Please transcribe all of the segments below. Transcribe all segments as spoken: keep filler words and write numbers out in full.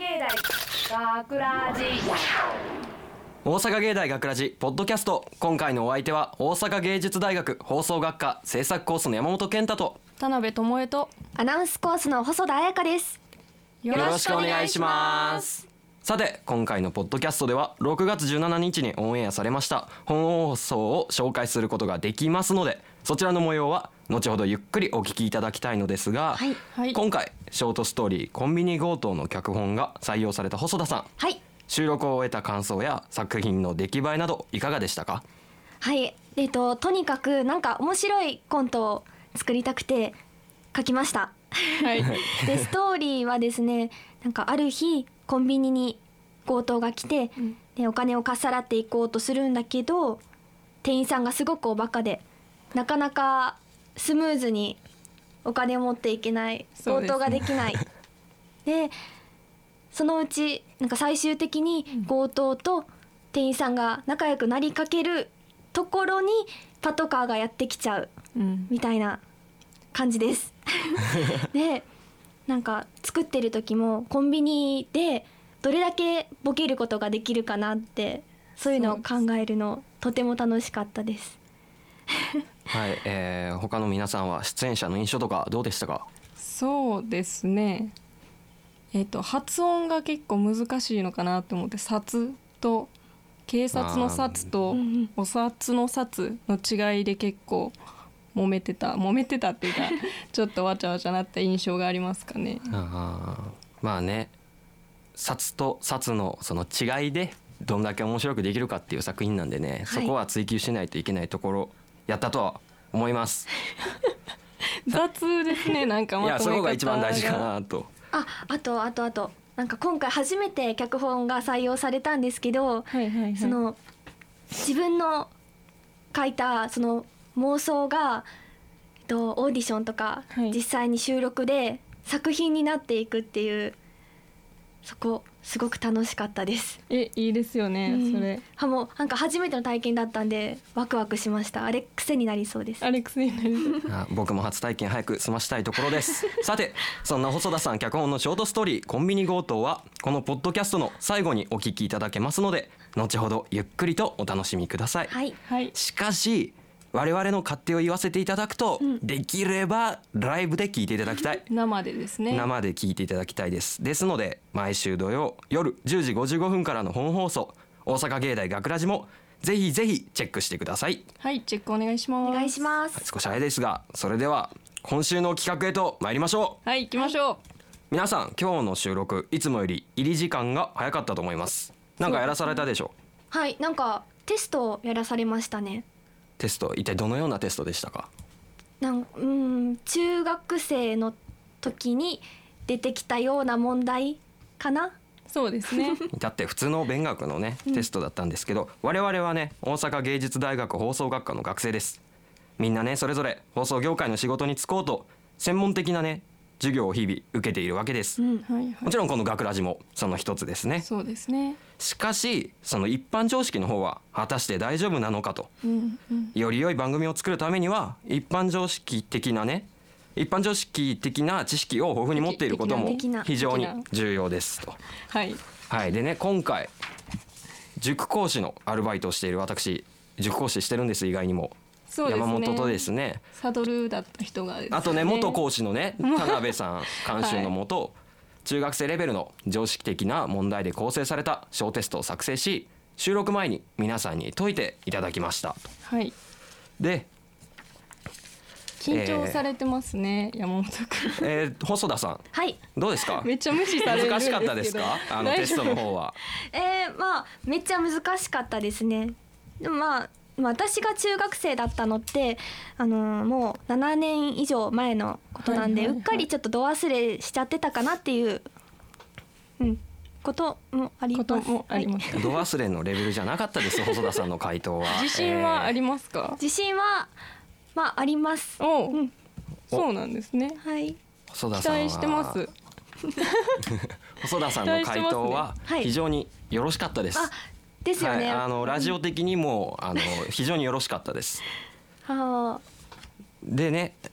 芸大学ラジ大阪芸大学ラジポッドキャスト、今回のお相手は大阪芸術大学放送学科制作コースの山本健太と田辺智恵とアナウンスコースの細田彩香です。 よろしくお願いします。さて、今回のポッドキャストではろくがつじゅうしちにちにオンエアされました本放送を紹介することができますので、そちらの模様は後ほどゆっくりお聞きいただきたいのですが、 はいはい、 今回ショートストーリーコンビニ強盗の脚本が採用された細田さん、 はい、 収録を終えた感想や作品の出来栄えなどいかがでしたか？ はい、えっととにかくなんか面白いコントを作りたくて書きました。 はい、 でストーリーはですね、なんかある日コンビニに強盗が来て、うん、でお金をかっさらっていこうとするんだけど、店員さんがすごくおバカでなかなかスムーズにお金を持っていけない、強盗ができない。でそのうちなんか最終的に強盗と店員さんが仲良くなりかけるところにパトカーがやってきちゃうみたいな感じです。でなんか作ってる時もコンビニでどれだけボケることができるかなって、そういうのを考えるのとても楽しかったです。 はい、えー、他の皆さんは出演者の印象とかどうでしたか？ そうですね、えっと発音が結構難しいのかなと思って、殺と警察の殺とお札の殺の違いで結構揉めてた揉めてたっていうかちょっとわちゃわちゃなった印象がありますかね。 あまあね、殺と殺のその違いでどんだけ面白くできるかっていう作品なんでね、はい、そこは追求しないといけないところやったとは思います。 雑ですね、なんかまとめ方が。いや、 そこが一番大事かなと。 あ、あとあとあとなんか今回初めて脚本が採用されたんですけど、 はいはいはい、 その自分の書いたその妄想が、えっと、オーディションとか、はい、実際に収録で作品になっていくっていう、そこすごく楽しかったです。 え、いいですよね、うん、それはもうなんか初めての体験だったんでワクワクしました。あれ癖になりそうです。 あれ癖になりそうあ、僕も初体験早く済ましたいところです。さて、そんな細田さん脚本のショートストーリーコンビニ強盗はこのポッドキャストの最後にお聞きいただけますので、後ほどゆっくりとお楽しみください。 はいはい、 しかし我々の勝手を言わせていただくと、うん、できればライブで聞いていただきたい。 生でですね。 生で聞いていただきたいです。ですので毎週土曜夜じゅうじごじゅうごふんからの本放送大阪芸大学ラジもぜひぜひチェックしてください。 はい、チェックお願いします。 お願いします。 少し早いですが、それでは今週の企画へと参りましょう。はい、行きましょう、はい、 皆さん今日の収録いつもより入り時間が早かったと思います。なんかやらされたでしょう？はい、なんかテストをやらされましたね。 テスト、一体どのようなテストでしたか？ なんうん中学生の時に出てきたような問題かな。 そうですね。 だって普通の勉学のねテストだったんですけど、うん、我々はね大阪芸術大学放送学科の学生です。みんなねそれぞれ放送業界の仕事に就こうと専門的なね授業を日々受けているわけです、うんはいはい、もちろんこの学ラジもその一つですね。 そうですね。 しかしその一般常識の方は果たして大丈夫なのかと、うんうん、より良い番組を作るためには一般常識的なね一般常識的な知識を豊富に持っていることも非常に重要ですと。 はい、 はい、でね今回塾講師のアルバイトをしている私、塾講師してるんです。意外にもそうですね、 山本とですねサドルだった人がですね、 あとね元講師のね田辺さん監修のもと、はい、中学生レベルの常識的な問題で構成された小テストを作成し、収録前に皆さんに解いていただきました。 はい。 で緊張されてますね、えー、山本君、 えー、細田さん、 はい、 どうですか？ めっちゃ無視されるんですけど難しかったですか？あのテストの方は。 えー、まあめっちゃ難しかったですね。でもまあ私が中学生だったのって、あのー、もうななねん以上前のことなんで、はいはいはい、うっかりちょっと度忘れしちゃってたかなっていう、うん、こともあります。 こともあります、 はい、度忘れのレベルじゃなかったです細田さんの回答は。 自信はありますか？ えー、自信はまああります。 お、うん、そうなんですね。 はい。 細田さんは期待してます。 細田さんの回答は非常によろしかったです。 あですよね、 はい、あのラジオ的にもあの非常によろしかったです。 はあ、 でね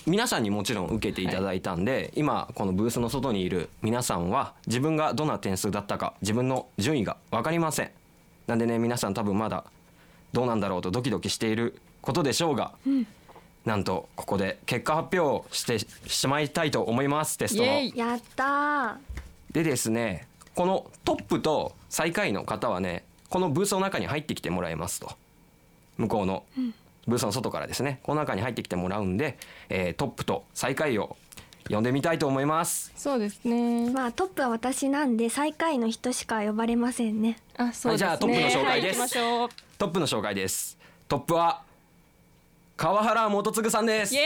皆さんにもちろん受けていただいたんで、今このブースの外にいる皆さんは自分がどんな点数だったか自分の順位が分かりません。なんでね皆さん多分まだどうなんだろうとドキドキしていることでしょうが、うん、なんとここで結果発表をしてしまいたいと思います。テストのやったー。 でですね、このトップと最下位の方はねこのブースの中に入ってきてもらいますと、向こうのブースの外からですねこの中に入ってきてもらうんで、えー、トップと最下位を呼んでみたいと思います。 そうですね。 まあトップは私なんで最下位の人しか呼ばれませんね。 あ、そうですね。 じゃあトップの紹介です、 はい、行きましょう。 トップの紹介です。トップは川原元次さんです。 イエ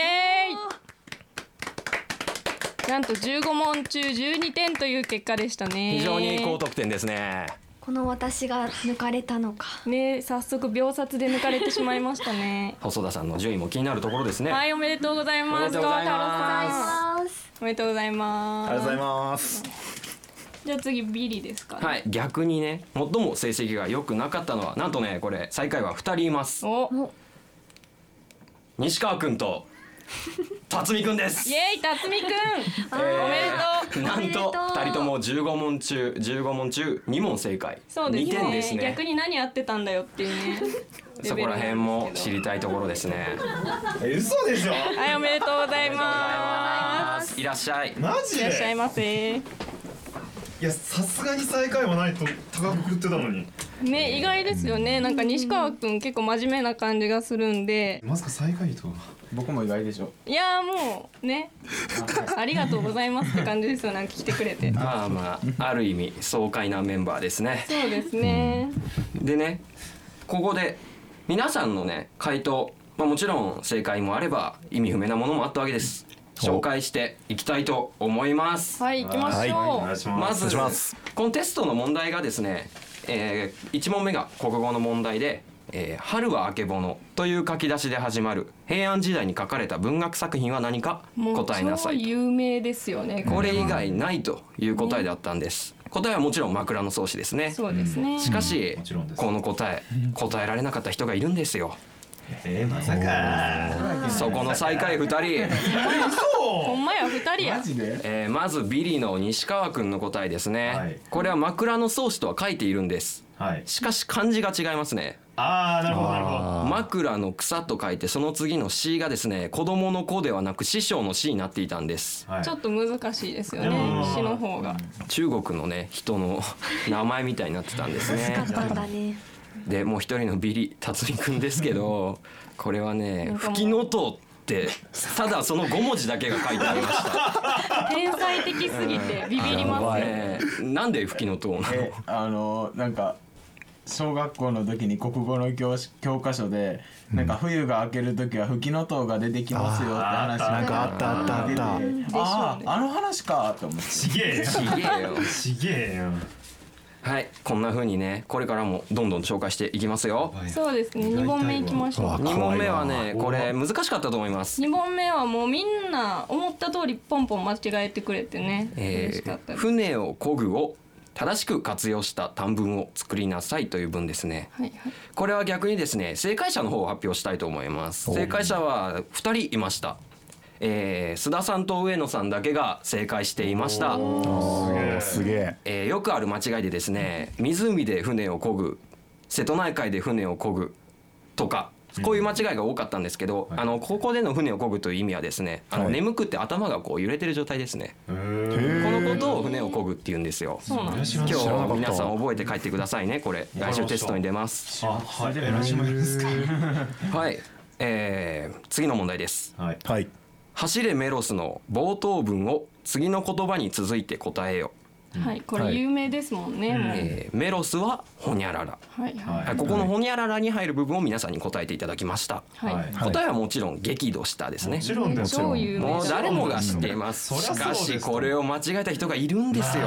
ーイ。なんとじゅうごもん中じゅうにてんという結果でしたね。 非常に高得点ですね。 この私が抜かれたのかね、早速秒殺で抜かれてしまいましたね。 細田さんの順位も気になるところですね。 はい、おめでとうございます。 おめでとうございます。 おめでとうございます。 ありがとうございます。 じゃあ次ビリですかね。 はい、逆にね最も成績が良くなかったのはなんとねこれ最下位はふたりいます。 お西川くんと辰巳くんです。 イエーイ、辰巳くん、えー、おめでとう。 なんとふたりともじゅうごもん中じゅうごもん中にもん正解。 そうですね。 にてんですね。 逆に何やってたんだよっていうねそこら辺も知りたいところですね。 え、嘘でしょ。 はい、おめでとうございます。 いらっしゃい。 マジで。 いらっしゃいませ。 いや、さすがに最下位はないと高く食ってたのにね、意外ですよね。なんか西川くん結構真面目な感じがするんで、 まさか最下位とは。 僕も意外でしょ。 いやもうねありがとうございますって感じですよ。なんか来てくれて。 まあまあある意味爽快なメンバーですね。 そうですね。 でねここで皆さんのね回答、まあ、もちろん正解もあれば意味不明なものもあったわけです。紹介していきたいと思います。 はい、行きましょう。 お願いします。 まずこのテストの問題がですね、えー、いち問目が国語の問題で、えー、春はあけぼのという書き出しで始まる平安時代に書かれた文学作品は何か答えなさいと。 もう超有名ですよね。 これ以外ないという答えだったんです。答えはもちろん枕草子ですね。 そうですね。 しかし、 もちろんですこの答え答えられなかった人がいるんですよ。 えー、まさか。 そこの最下位ふたりほんまやふたりや。 マジで？ えー、まずビリの西川くんの答えですね、 はい、 これは枕草子とは書いているんです、 はい、 しかし漢字が違いますね。 あー、なるほどなるほど。 枕の草と書いてその次の詩がですね子供の子ではなく師匠の詩になっていたんです、 はい、 ちょっと難しいですよね。詩の方が中国のね人の名前みたいになってたんですね。 難かったんだね。 でもう一人のビリ辰巳くんですけどこれはね吹きのとってただそのご文字だけが書いてありました天才的すぎてビビりますね。 なんで吹きのとなの？ え、あのなんか小学校の時に国語の教教科書で、なんか冬が明ける時は吹きの塔が出てきますよって話あなんかあったあったあった。ああ、あの話かと思って。 ちげえよ。 ちげえよ。 ちげえよ。 はい、こんな風にねこれからもどんどん紹介していきますよ。 そうですね。に問目いきましょう。 に問目はねこれ難しかったと思います。 に問目はもうみんな思った通りポンポン間違えてくれてね、 え嬉しかったー、 です。 船を漕ぐを正しく活用した短文を作りなさいという文ですね。 はいはい。 これは逆にですね正解者の方を発表したいと思います。正解者はふたりいました。えー、須田さんと上野さんだけが正解していました。 すげえ。 えー、よくある間違いでですね湖で船を漕ぐ瀬戸内海で船を漕ぐとかこういう間違いが多かったんですけど、うん、あのここでの船を漕ぐという意味はですねあの、はい、眠くって頭がこう揺れてる状態ですね。このことを船を漕ぐって言うんですよ。 そうなんです。 今日皆さん覚えて帰ってくださいね。これ来週テストに出ます。 あ、はい、えらしもやるんですか。 はい、えー、次の問題です。 はい、はい、 走れメロスの冒頭文を次の言葉に続いて答えよ。 はい、これ有名ですもんね。はい、 えー、メロスはホニャララ。 はいはい、 はい、ここのホニャララに入る部分を皆さんに答えていただきました。 はい、 答えはもちろん激怒したですね。 もちろんです。 超有名。 もう誰もが知っています。しかしこれを間違えた人がいるんですよ。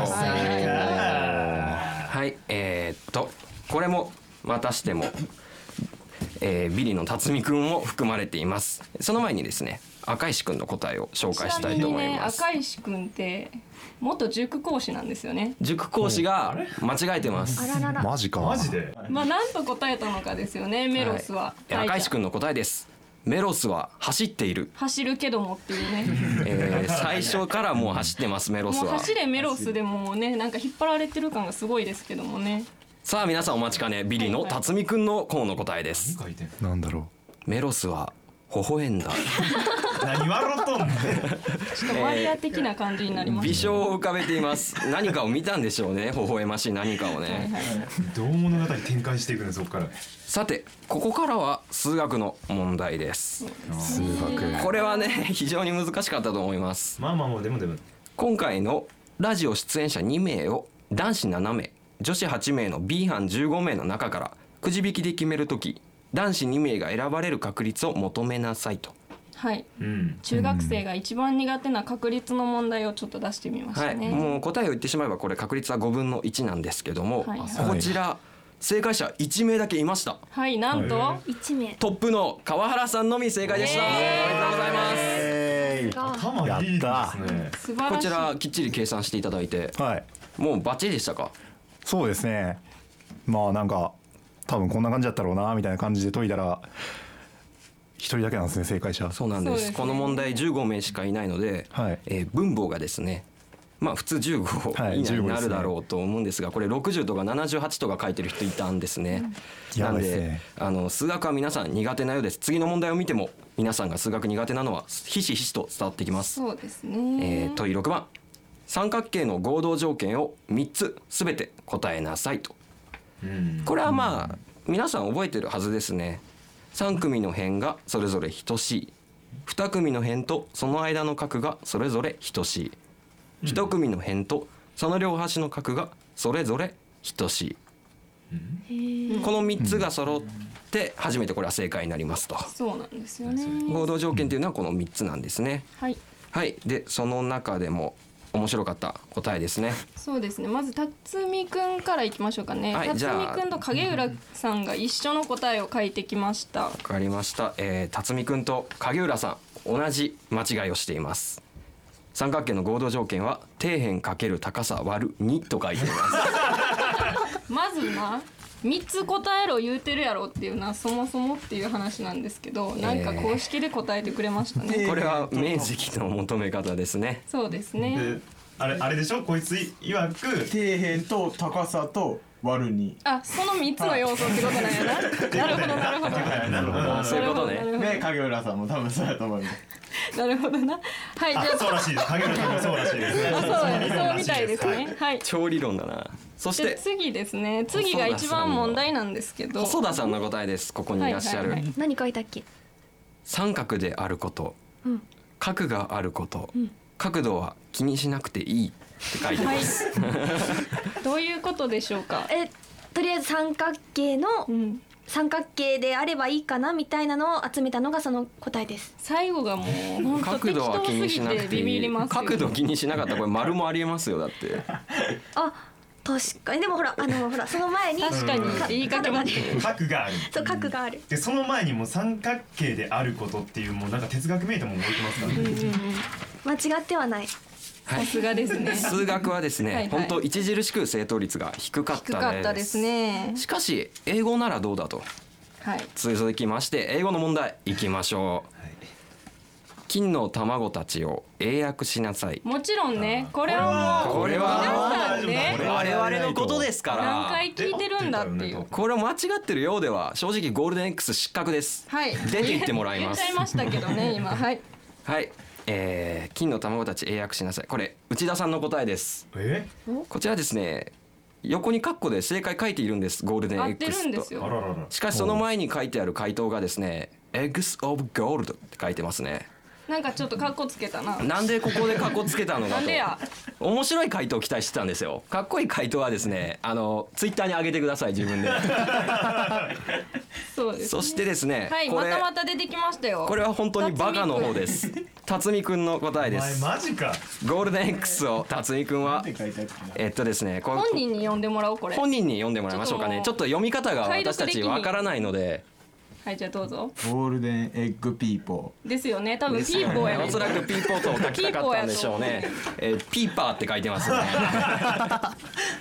はい、えー、っとこれもまたしても、えー、ビリの辰巳くんも含まれています。その前にですね赤石くんの答えを紹介したいと思います。 ちなみにね、赤石くんって元塾講師なんですよね。 塾講師が間違えてます。 あららら。 マジか。マジで。 まあ何と答えたのかですよね。メロスは。 はい、赤石くんの答えです。 メロスは走っている、 走るけどもっていうねえー、最初からもう走ってますメロスは。 もう走れメロスでもうねなんか引っ張られてる感がすごいですけどもね。 さあ皆さんお待ちかね、ビリの辰巳くんの方の答えです。 書いてんなんだろメロスは微笑んだ。 何笑っとんねん。 ちょっとマリア的な感じになります、 微笑を浮かべています。何かを見たんでしょうね、微笑ましい何かをね。 はいはいどう物語展開していくのそこから。 さてここからは数学の問題です。 う数学。 これはね非常に難しかったと思います。 まあまあまあでもでも今回のラジオ出演者にめいを男子ななめい女子はちめいの B 班じゅうごめいの中からくじ引きで決めるとき、男子にめいが選ばれる確率を求めなさいと。 はいうん中学生が一番苦手な確率の問題をちょっと出してみましはい、 たね、 もう答えを言ってしまえばこれ確率はごぶんのいちなんですけども、 はいはいこちら正解者いちめいだけいました。 はいなんといち名トップの川原さんのみ正解でした。 イエーイおめでとうございます。 えーが頭いいですね。 素晴らしい。 こちらきっちり計算していただいてはい。 もうバッチリでしたか？ そうですね。まあなんか多分こんな感じだったろうなみたいな感じで解いたら一人だけなんですね正解者。 そうなんです。 そうですねこの問題じゅうごめいしかいないので、 はいえー分母がですね、まあ普通じゅうごはい以内になじゅうごですねるだろうと思うんですが、これろくじゅうとかななじゅうはちとか書いてる人いたんですね。 やなんでばいですね。 あの数学は皆さん苦手なようです。次の問題を見ても皆さんが数学苦手なのはひしひしと伝わってきます。 そうですえね、 ー、問いろくばん、三角形の合同条件をみっつすべて答えなさいと。 うんこれはまあ皆さん覚えてるはずですね。さん組の辺がそれぞれ等しい、に組の辺とその間の角がそれぞれ等しい、いち組の辺とその両端の角がそれぞれ等しい、このみっつが揃って初めてこれは正解になりますと。 そうなんですよね。 合同条件というのはこのみっつなんですね。 はいはい。でその中でも面白かった答えですね。 そうですね。まず辰巳くんからいきましょうかね。 はい辰じゃあ巳くんと影浦さんが一緒の答えを書いてきました。 わかりました。えー、辰巳くんと影浦さん同じ間違いをしています。三角形の合同条件は底辺かける高さ割るにと書いています。 まずなみっつ答えろ言うてるやろっていうな、そもそもっていう話なんですけど、なんか公式で答えてくれましたね。 これは面積の求め方ですね。 そうですね。 であれあれでしょこいついわく底辺と高さと割るにあ、そのみっつの要素ってことなんやな。なるほどなるほど。 なるほどそういうことねなるほどね影浦さんも多分そうやと思うよ。 なるほどな。はい、じゃあそうらしいです影浦さんもそうらしいですあそうやね、そうみたいですね。はい。 超理論だな。そしでて次ですね。次が一番問題なんですけど。 細田さんの答えです。ここにいらっしゃる、 はいはいはい何書いたっけ？ 三角であること、 うん角があること、 ん角度は気にしなくていいって書いてます。 はい。どういうことでしょうか。 えとりあえず三角形のうん。 三角形であればいいかなみたいなのを集めたのがその答えです。 最後がもう本当角適度は気に当すぎしなくててビビいい。 りますよ。 角度気にしなかったらこれ丸もありえますよだって。 あ確かにでもほらあのほらその前に確かにって言いかけましたね。 角があるそう角がある。 でその前にもう三角形であることっていうもうなんか哲学めいたもの置いてますからね。 うんうんうん。 間違ってはない。 さすがですね。 数学はですね、 はいはい本当著しく正答率が低かったです。 低かったですね。 しかし英語ならどうだと。 はい。 続きまして英語の問題いきましょう。金の卵たちを英訳しなさい。 もちろんね、これはもうこれは皆さんねこれは我々のことですか何ら。 回聞いてるんだっていう。 これ間違ってるようでは正直ゴールデン X 失格です。 はい。 出て行ってもらいます言っちゃいましたけどね今。はい。 はい、えー、金の卵たち英訳しなさい。これ内田さんの答えです。 えこちらですね、横にカッコで正解書いているんです。ゴールデン合ってる X と。 んですよ。 あらららしかしその前に書いてある回答がですね Eggs of Gold って書いてますね。 なんかちょっとカッコつけたな。 なんでここでカッコつけたのかなんでや。 と面白い回答を期待してたんですよ。かっこいい回答はですね、あのツイッターに上げてください自分で。 そうですね。 そしてですね、 はい、まこれたまた出てきましたよ。 これは本当にバカの方です。辰巳くんの答えお前です。 マジか。 ゴールデン X を辰巳くんはって書いてあったかな。 えっとですね、これ本人に読んでもらおうこれ。 本人に読んでもらいましょうかね。ちちょっとょっと読み方が解私た読できひんちわからないので。 はい、じゃあどうぞ。 ゴールデンエッグピーポですよね。多分ピーポーやね。 おそらくピーポーと書きたかったんでしょうね。えーピーパーって書いてますね。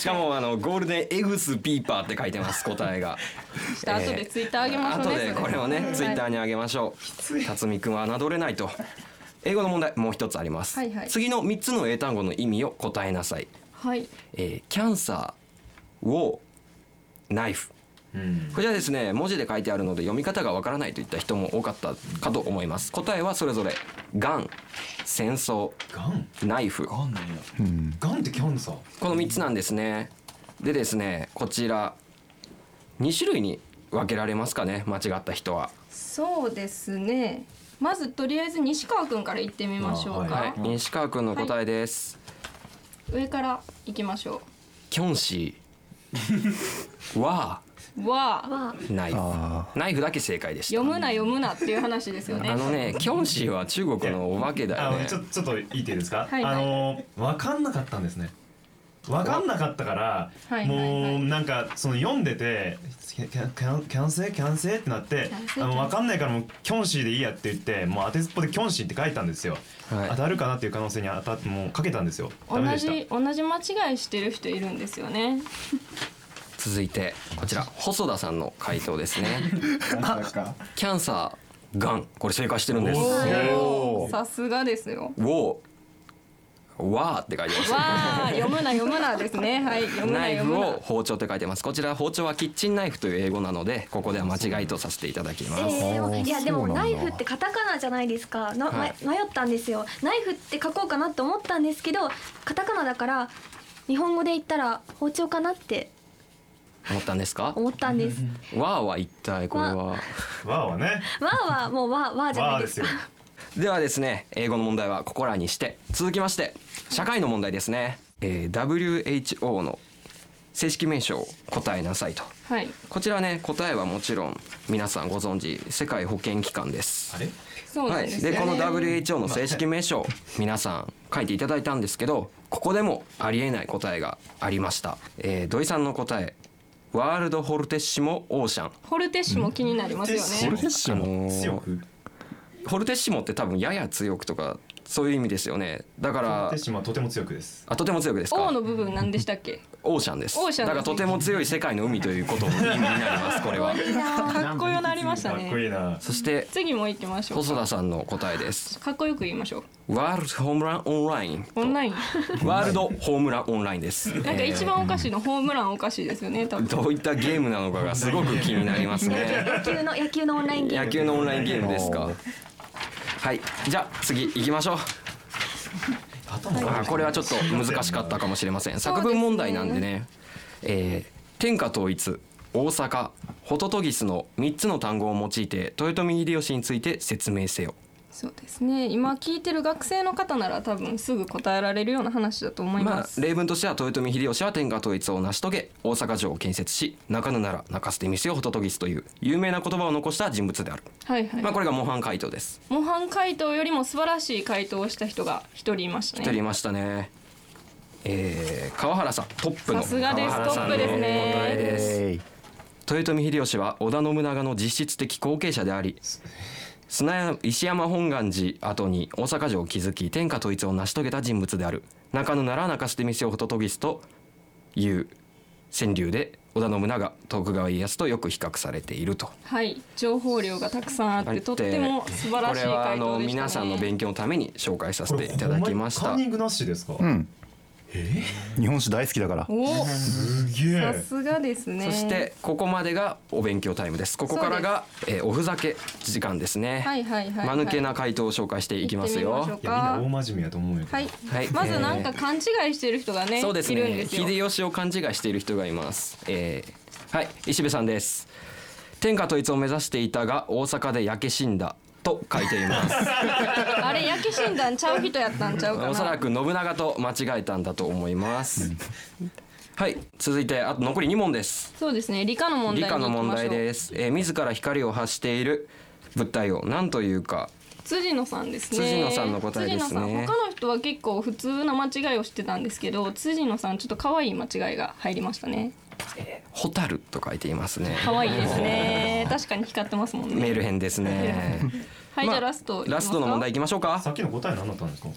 しかもあのゴールデンエグスピーパーって書いてます答えが。 ちょっと後でツイッターあげましょうね。 後でこれをねツイッターにあげましょう。辰巳くんは侮れないと。英語の問題もう一つあります、 はいはい、 次のみっつの英単語の意味を答えなさい。 はい、 えー、キャンサー、ウォー、ナイフ。こちらですね文字で書いてあるので読み方がわからないといった人も多かったかと思います。答えはそれぞれガン、戦争、 ガンナイフ。 ガンなんや、ガンってキャンサー、 このみっつなんですね。でですねこちらに種類に分けられますかね、間違った人は。 そうですね。まずとりあえず西川くんから言ってみましょうか。 はい、西川くんの答えです、 はい、上から行きましょキョンシーワう。わあ、 わーナイフ。ナイフだけ正解でした。 読むな読むなっていう話ですよね。 あのねキョンシーは中国のお化けだよね。 あのちょちょっと言っていいですか、 はいはい、 あの分かんなかったんですね。分かんなかったから、 はいはいはい、 もうなんかその読んでてキャキャンキャンセーキャンセーってなってあの分かんないからもうキョンシーでいいやって言ってもう当てずっぽでキョンシーって書いたんですよ、はい、当たるかなっていう可能性に当たってもうかけたんですよ。ダメ同でした。 じ同じ間違いしてる人いるんですよね。 続いてこちら細田さんの回答ですねキャンサー、ガン、これ正解してるんです。 さすがですよ。 ウォー、わーって書いてます。 わー、読むな読むなですね。はい、読むなナイフ読むな。 を包丁って書いてます。こちら包丁はキッチンナイフという英語なのでここでは間違いとさせていただきます。 えー、いやでもそうなんだナイフってカタカナじゃないですかな、 はいま迷ったんですよ。ナイフって書こうかなって思ったんですけどカタカナだから日本語で言ったら包丁かなって思ったんですか。 思ったんです。 わーは一体これは。 わーはねわーはもうわーわーじゃないですか。 わーですよ。 ではですね英語の問題はここらにして続きまして社会の問題ですね、えー、ダブリューエイチオー の正式名称を答えなさいと。 はい。 こちらね答えはもちろん皆さんご存知世界保健機関です。 あれそうなんですよね。 はい、でこの ダブリューエイチオー の正式名称皆さん書いていただいたんですけどここでもありえない答えがありました、えー、土井さんの答えワールドホルテッシモオーシャン。 ホルテッシも気になりますよね。 ホルテッシモあのー強くホルテッシモって多分やや強くとかそういう意味ですよね。だからテッシマはとても強くです。 あとても強くですか。 王の部分何でしたっけ？ オーシャンです。 オーシャンですねだからとても強い世界の海ということの意味になりますこれは。 かっこよなりましたかっこいね。 いな。 そして次も行きましょう。 細田さんの答えです。 かっこよく言いましょう。 ワールドホームランオンライン。 オンライン。 ワールドホームランオンラインです。 なんか一番おかしいのホームランおかしいですよね。多分。 どういったゲームなのかがすごく気になりますね。 野球の野球のオンラインゲーム。 野球のオンラインゲームですか。はい、じゃあ次行きましょう。あこれはちょっと難しかったかもしれません。作文問題なんでね、えー天下統一、大阪、ホトトギスのみっつの単語を用いて豊臣秀吉について説明せよ。 そうですね。今聞いてる学生の方なら多分すぐ答えられるような話だと思いまあます。 例文としては豊臣秀吉は天下統一を成し遂げ大阪城を建設し泣かぬなら泣かせてみせよホトトギスという有名な言葉を残した人物である。 はいはい。 まあこれが模範回答です。 模範回答よりも素晴らしい回答をした人が一人いましたね。 一人いましたね。えー、川原さんトップのさすがです川原さんのトップですね答えです。 えい豊臣秀吉は織田信長の実質的後継者であり砂山石山本願寺跡に大阪城を築き天下統一を成し遂げた人物である。泣かぬなら泣かせてみせよホトトギスという川柳で織田信長徳川家康とよく比較されていると。 はい。情報量がたくさんあってとっても素晴らしいこれはあ回答でしたね。 の皆さんの勉強のために紹介させていただきましたカン。ニングなしですか。 うん日本酒大好きだから。 おすげさえ。 すがですね。 そしてここまでがお勉強タイムです。ここからが、えーおふざけ時間ですね。 はいはいはいはい。 間抜けな回答を紹介していきますよ。 行ってみましょういやみんな大真面目やと思うよ。 はい。 はいまずなんか勘違いしてる人がね、 そうですいるんね。 ですよ。 秀吉を勘違いしている人がいます。えーはい、石部さんです。天下統一を目指していたが大阪で焼け死んだと書いています。 あれ焼け診断ちゃう人やったんちゃうかな。 おそらく信長と間違えたんだと思います。はい、続いてあと残りに問です。 そうですね。理科の問題に理科の問題す。 です。えー自ら光を発している物体を何というか。 辻野さんですね。 辻野さんの答えですね辻野さん、他の人は結構普通な間違いをしてたんですけど、辻野さんちょっと可愛い間違いが入りましたね。 ホタルと書いていますね。 可愛いですね。確かに光ってますもんね。 メール編ですね。 はい、 まあじゃあラストいきますか。 ラストの問題いきましょうか。 さっきの答え何だったんですか。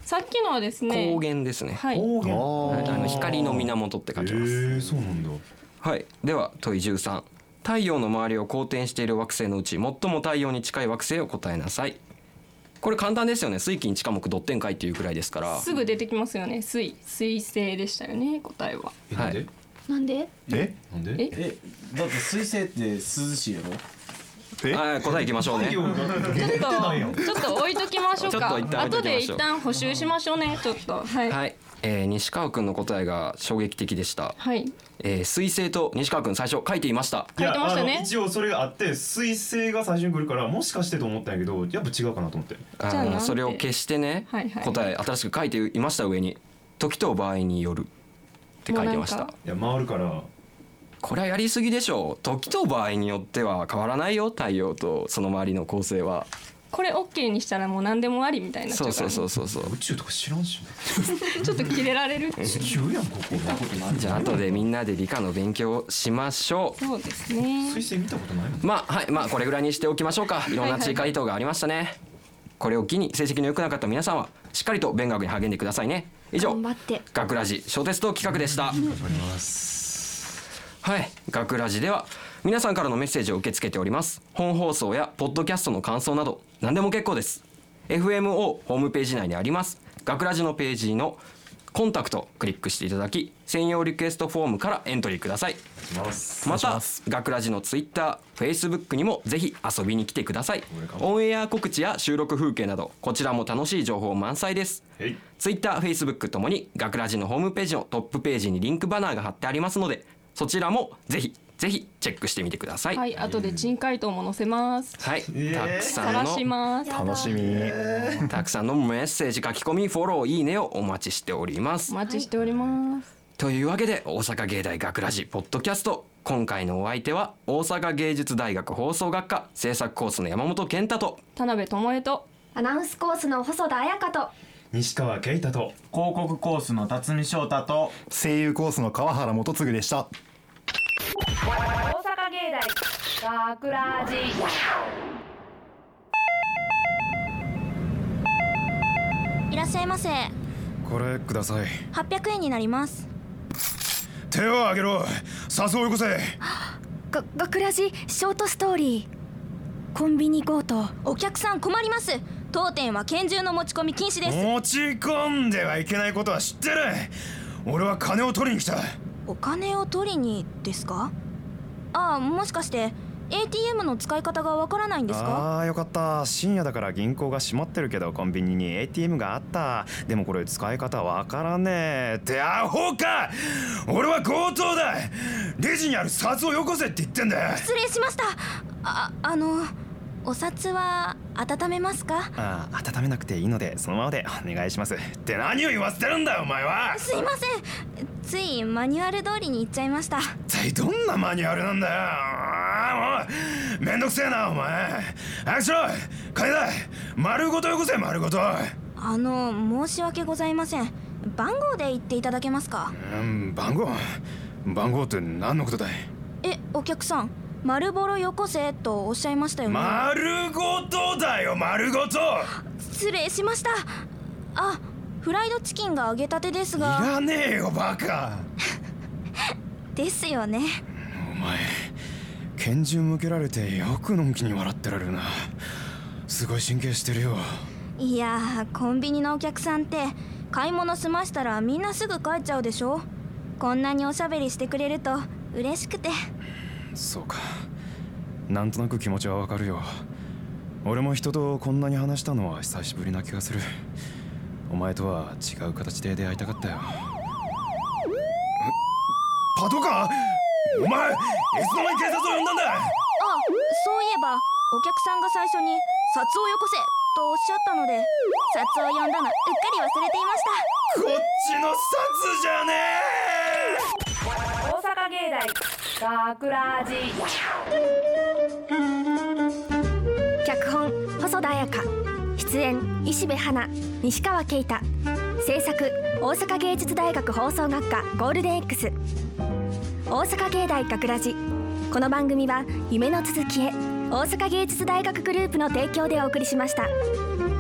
さっきのはですね光源ですね。 はい方言。 はいあの光の源って書きます。 へえ、そうなんだ。 はい、では問いじゅうさん、太陽の周りを公転している惑星のうち最も太陽に近い惑星を答えなさい。これ簡単ですよね。水金地科目ドッテン解っていうくらいですから。 すぐ出てきますよね。水水星でしたよね、答えは。 え、なんで？ なんで？ えなんで？ ええだって水星って涼しいやろ。 えはい、答えいきましょうね。 太陽が出てないやん。 ちょっと置いときましょうか。 ちょっと一旦置いときましょう後で一旦補習しましょうね。ちょっとはいはい、えー、西川くんの答えが衝撃的でした。 はい。 えー、水星と西川くん最初書いていました。 書いてましたねいやあの一応それがあって水星が最初に来るからもしかしてと思ったんやけどやっぱ違うかなと思って。 あじゃあなんてのそれを消してね、 はいはい答え新しく書いていました。上に時と場合によるって書いてましたもうなんか。 いや回るからこれはやりすぎでしょう。時と場合によっては変わらないよ。太陽とその周りの構成は。 これ OK にしたらもう何でもありみたいになっちゃそううからそうそうそうそう。 宇宙とか知らんしね。 ちょっとキレられる。 地球やんここ。 じゃあ後でみんなで理科の勉強をしましょう。 そうですね。 水星見たことないもん。 まあはい、まあこれぐらいにしておきましょうか。いろんな追加意図がありましたね。これを機に成績の良くなかった皆さんはしっかりと勉学に励んでくださいね。以上頑張って。 学ラジ小テスト企画でした。 頑張ります。 はい学ラジでは皆さんからのメッセージを受け付けております。本放送やポッドキャストの感想など何でも結構です。 エフエムオー ホームページ内にあります学ラジのページのコンタクトをクリックしていただき専用リクエストフォームからエントリーください。また学ラジのツイッター、フェイスブックにもぜひ遊びに来てください。オンエア告知や収録風景などこちらも楽しい情報満載です。 はい。 ツイッター、フェイスブックともに学ラジのホームページのトップページにリンクバナーが貼ってありますのでそちらもぜひぜひチェックしてみてください。 はい。後で珍回答も載せます。 はい、たくさん晒しのます。 楽しみ。 たくさんのメッセージ書き込みフォローいいねをお待ちしておりますお。待ちしております。 というわけで大阪芸大学ラジポッドキャスト今回のお相手は大阪芸術大学放送学科制作コースの山本健太と田辺智恵とアナウンスコースの細田彩香と。 西川圭太と広告コースの辰巳翔太と声優コースの川原元次でした。 大阪芸大学ラジ。 いらっしゃいませ。 これください。 はっぴゃくえんになります。 手を挙げろ。笹をよこせ。 が学ラジショートストーリーコンビニ強盗。 お客さん困ります。当店は拳銃の持ち込み禁止です。 持ち込んではいけないことは知ってる。俺は金を取りに来た。 お金を取りにですか？ああ、もしかして エーティーエム の使い方がわからないんですか？ ああよかった。深夜だから銀行が閉まってるけどコンビニに エーティーエム があった。でもこれ使い方わからねえってアホか。俺は強盗だ。レジにある札をよこせって言ってんだよ。 失礼しました。あ、あのお札は温めますか？ ああ温めなくていいのでそのままでお願いします。って何を言わせてるんだよお前は。 すいません、ついマニュアル通りに行っちゃいました。 一体どんなマニュアルなんだよ。ああもうめんどくせえなお前。早くしろ。金だ。丸ごとよこせ丸ごと。 あの申し訳ございません。番号で言っていただけますか？ うん番号番号って何のことだい。 え、お客さん、丸ボロよこせとおっしゃいましたよね。 丸ごとだよ丸ごと。 失礼しました。あ、フライドチキンが揚げたてですいが。 らねえよバカ。 ですよね。 お前拳銃向けられてよくのんきに笑ってられるな。すごい神経してるよ。 いやー、コンビニのお客さんって買い物済ましたらみんなすぐ帰っちゃうでしょ。こんなにおしゃべりしてくれると嬉しくて。 そうかなんとなく気持ちはわかるよ。俺も人とこんなに話したのは久しぶりな気がする。お前とは違う形で出会いたかったよ。パトカー。お前いつの間に警察を呼んだんだ。 あ、そういえばお客さんが最初に札をよこせとおっしゃったので札を呼んだのうっかり忘れていました。 こっちの札じゃね大阪芸大学ラジ。 脚本細田彩香、出演石部花、西川圭太、制作大阪芸術大学放送学科ゴールデン X。 大阪芸大学ラジ。この番組は夢の続きへ大阪芸術大学グループの提供でお送りしました。